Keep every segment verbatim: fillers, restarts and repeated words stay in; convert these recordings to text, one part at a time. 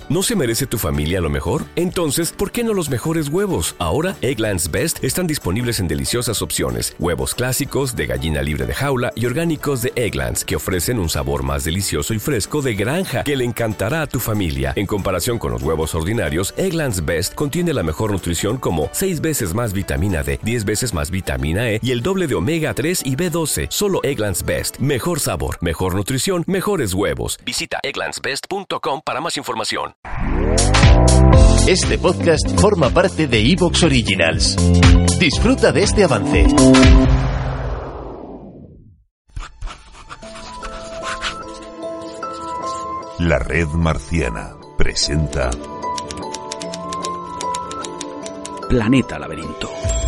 ¿No se merece tu familia lo mejor? Entonces, ¿por qué no los mejores huevos? Ahora, Eggland's Best están disponibles en deliciosas opciones. Huevos clásicos, de gallina libre de jaula y orgánicos de Eggland's, que ofrecen un sabor más delicioso y fresco de granja que le encantará a tu familia. En comparación con los huevos ordinarios, Eggland's Best contiene la mejor nutrición como seis veces más vitamina D, diez veces más vitamina E y el doble de omega tres y B doce. Solo Eggland's Best. Mejor sabor, mejor nutrición, mejores huevos. Visita egglands best punto com para más información. Este podcast forma parte de iVoox Originals. Disfruta de este avance. La Red Marciana presenta Planeta Laberinto.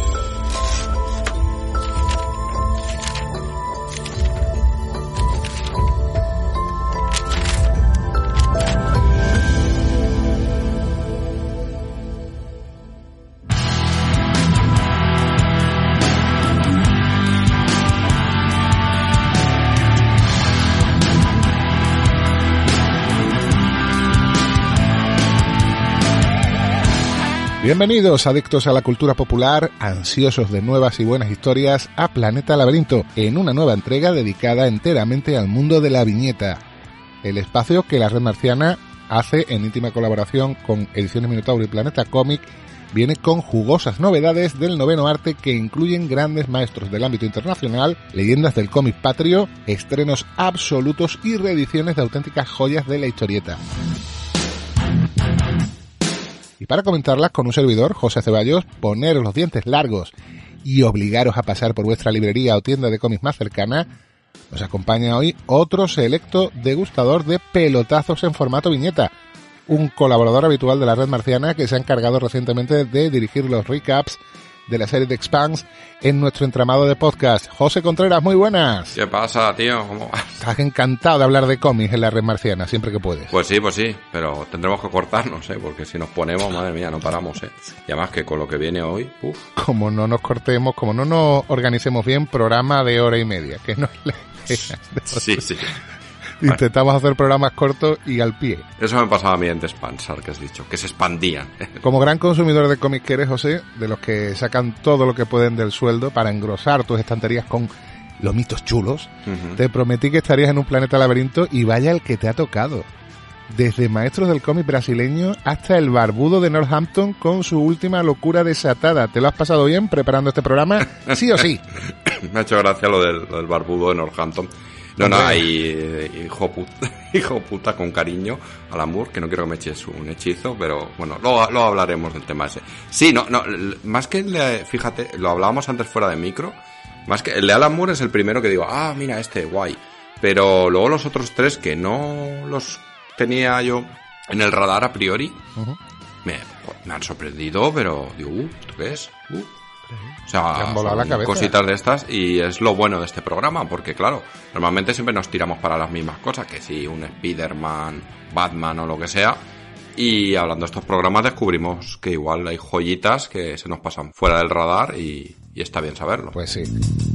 Bienvenidos, adictos a la cultura popular, ansiosos de nuevas y buenas historias, a Planeta Laberinto, en una nueva entrega dedicada enteramente al mundo de la viñeta, el espacio que la Red Marciana hace en íntima colaboración con Ediciones Minotauro y Planeta Cómic. Viene con jugosas novedades del noveno arte que incluyen grandes maestros del ámbito internacional, leyendas del cómic patrio, estrenos absolutos y reediciones de auténticas joyas de la historieta. Y para comentarlas con un servidor, José Ceballos, poneros los dientes largos y obligaros a pasar por vuestra librería o tienda de cómics más cercana, nos acompaña hoy otro selecto degustador de pelotazos en formato viñeta, un colaborador habitual de la Red Marciana que se ha encargado recientemente de dirigir los recaps de la serie de Expanse en nuestro entramado de podcast. José Contreras, muy buenas. ¿Qué pasa, tío? ¿Cómo vas? Estás encantado de hablar de cómics en la Red Marciana, siempre que puedes. Pues sí, pues sí, pero tendremos que cortarnos, ¿eh? Porque si nos ponemos, madre mía, no paramos, ¿eh? Y además que con lo que viene hoy, uff. Como no nos cortemos, como no nos organicemos bien, programa de hora y media, que no es la idea. Sí, sí. Intentamos hacer programas cortos y al pie. Eso me pasaba a mí en The Expansar, que has dicho, que se expandían. Como gran consumidor de cómics que eres, José, de los que sacan todo lo que pueden del sueldo para engrosar tus estanterías con lomitos chulos, uh-huh. Te prometí que estarías en un Planeta Laberinto y vaya el que te ha tocado. Desde maestros del cómic brasileño hasta el barbudo de Northampton con su última locura desatada. ¿Te lo has pasado bien preparando este programa? ¿Sí o sí? Me ha hecho gracia lo del, lo del barbudo de Northampton. No, no, hay hijo puta, hijo puta con cariño al amor, que no quiero que me eches un hechizo, pero bueno, luego, luego hablaremos del tema ese. Sí, no, no, más que el de, fíjate, lo hablábamos antes fuera de micro, más que el de Alan Moore es el primero que digo, ah, mira este, guay, pero luego los otros tres que no los tenía yo en el radar a priori, uh-huh. me, me han sorprendido, pero digo, uh, ¿esto qué es? Uh. O sea, son cositas de estas y es lo bueno de este programa, porque claro, normalmente siempre nos tiramos para las mismas cosas, que si un Spider-Man, Batman o lo que sea, y hablando de estos programas descubrimos que igual hay joyitas que se nos pasan fuera del radar y, y está bien saberlo. Pues sí.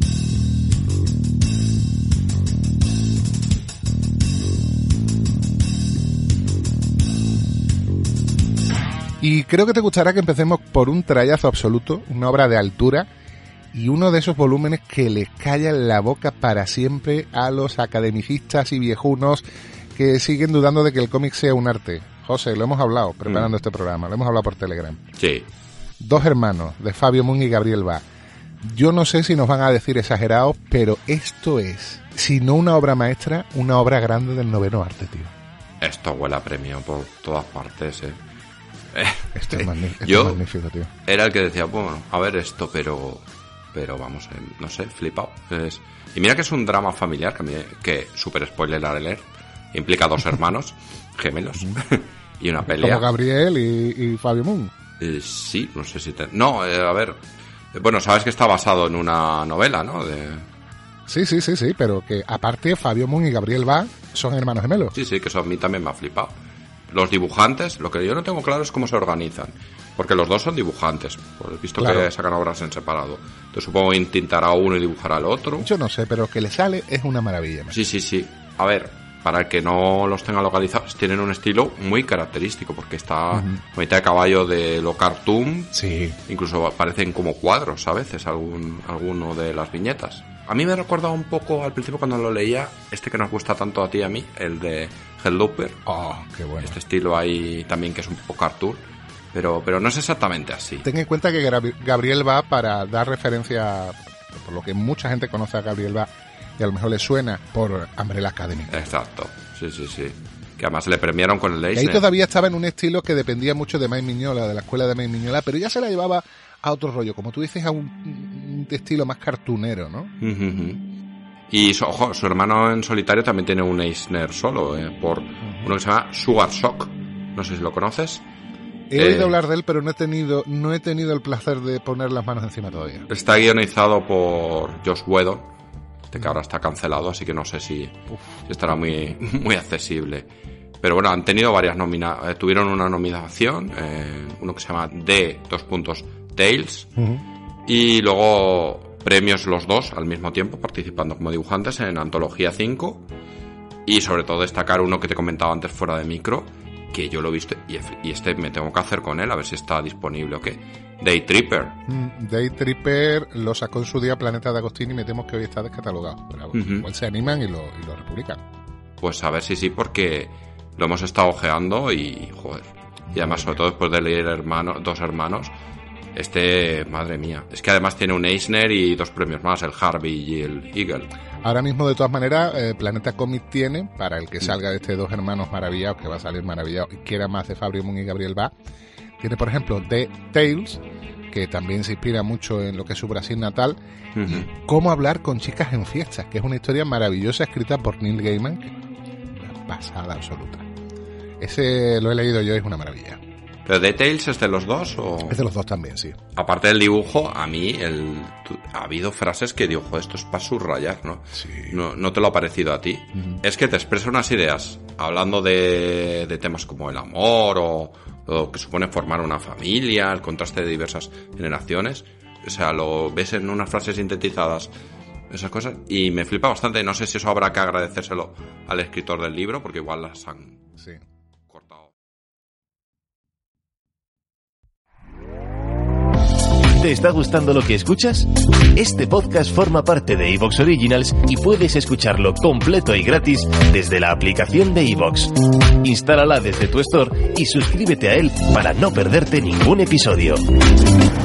Y creo que te gustará que empecemos por un trayazo absoluto, una obra de altura y uno de esos volúmenes que les callan la boca para siempre a los academicistas y viejunos que siguen dudando de que el cómic sea un arte. José, lo hemos hablado preparando mm. este programa, lo hemos hablado por Telegram. Sí. Dos hermanos, de Fabio Moon y Gabriel Bá. Yo no sé si nos van a decir exagerados, pero esto es, si no una obra maestra, una obra grande del noveno arte, tío. Esto huele a premio por todas partes, eh. Esto es magnífico, yo esto es magnífico, tío. Era el que decía, bueno, a ver esto, pero pero vamos, no sé, flipado. Es, y mira que es un drama familiar, que, me, que super spoiler alert, implica dos hermanos gemelos y una pelea. Como Gabriel y, y Fabio Moon. Eh, sí, no sé si te... No, eh, a ver, bueno, sabes que está basado en una novela, ¿no? De... Sí, sí, sí, sí, pero que aparte Fabio Moon y Gabriel Bá son hermanos gemelos. Sí, sí, que eso a mí también me ha flipado. Los dibujantes, lo que yo no tengo claro es cómo se organizan, porque los dos son dibujantes, pues he visto claro. que sacan obras en separado. Entonces supongo que intentará uno y dibujará al otro. Yo no sé, pero lo que le sale es una maravilla. Sí, sí, sí. A ver, para el que no los tenga localizados, tienen un estilo muy característico, porque está Ujú. mitad de caballo de lo cartoon, Sí. incluso aparecen como cuadros a veces algún, alguno de las viñetas. A mí me recordaba un poco al principio cuando lo leía, este que nos gusta tanto a ti y a mí, el de Hellooper. Oh, qué bueno. Este estilo ahí también que es un poco cartoon, pero, pero no es exactamente así. Ten en cuenta que Gra- Gabriel va para dar referencia, por lo que mucha gente conoce a Gabriel va, y a lo mejor le suena por Umbrella Academy. Exacto, sí, sí, sí. Que además le premiaron con el Y ahí Eisner. todavía estaba en un estilo que dependía mucho de Mike Mignola, de la escuela de Mike Mignola, pero ya se la llevaba a otro rollo, como tú dices, a un, un estilo más cartunero, ¿no? Ujú, ujú. Y su, ojo, su hermano en solitario también tiene un Eisner solo, eh, por uno que se llama Sugar Shock. No sé si lo conoces. He Eh, oído hablar de él, pero no he tenido no he tenido el placer de poner las manos encima todavía. Está guionizado por Josh Whedon, este que ahora está cancelado, así que no sé si, si estará muy, muy accesible. Pero bueno, han tenido varias nominaciones. Tuvieron una nominación, eh, uno que se llama D, dos puntos, Tales, Uh-huh. y luego premios los dos al mismo tiempo, participando como dibujantes en Antología cinco, y sobre todo destacar uno que te comentaba antes fuera de micro, que yo lo he visto y, y este me tengo que hacer con él, a ver si está disponible o qué. Day Tripper. Mm, Day Tripper lo sacó en su día Planeta de Agostini y me temo que hoy está descatalogado. Pero Ujú. igual se animan y lo, y lo republican. Pues a ver si sí, porque lo hemos estado ojeando y, joder. Y además, sobre todo después de leer hermano, Dos Hermanos, este, madre mía. Es que además tiene un Eisner y dos premios más, el Harvey y el Eagle. Ahora mismo, de todas maneras, eh, Planeta Comic tiene, para el que salga de este Dos Hermanos maravillados, que va a salir maravillado y quiera más de Fabio Moon y Gabriel Va, tiene, por ejemplo, The Tales, que también se inspira mucho en lo que es su Brasil natal, Ujú. Cómo hablar con chicas en fiestas, que es una historia maravillosa escrita por Neil Gaiman, que es una pasada absoluta. Ese lo he leído yo, es una maravilla. ¿Pero Details es de los dos o...? Es de los dos también, sí. Aparte del dibujo, a mí el, tu- ha habido frases que digo, joder, esto es para subrayar, ¿no? Sí. No, no te lo ha parecido a ti. Ujú. Es que te expresa unas ideas, hablando de, de temas como el amor o lo que supone formar una familia, el contraste de diversas generaciones. O sea, lo ves en unas frases sintetizadas, esas cosas, y me flipa bastante. No sé si eso habrá que agradecérselo al escritor del libro, porque igual las han Sí. cortado. ¿Te está gustando lo que escuchas? Este podcast forma parte de iVoox Originals y puedes escucharlo completo y gratis desde la aplicación de iVoox. Instálala desde tu store y suscríbete a él para no perderte ningún episodio.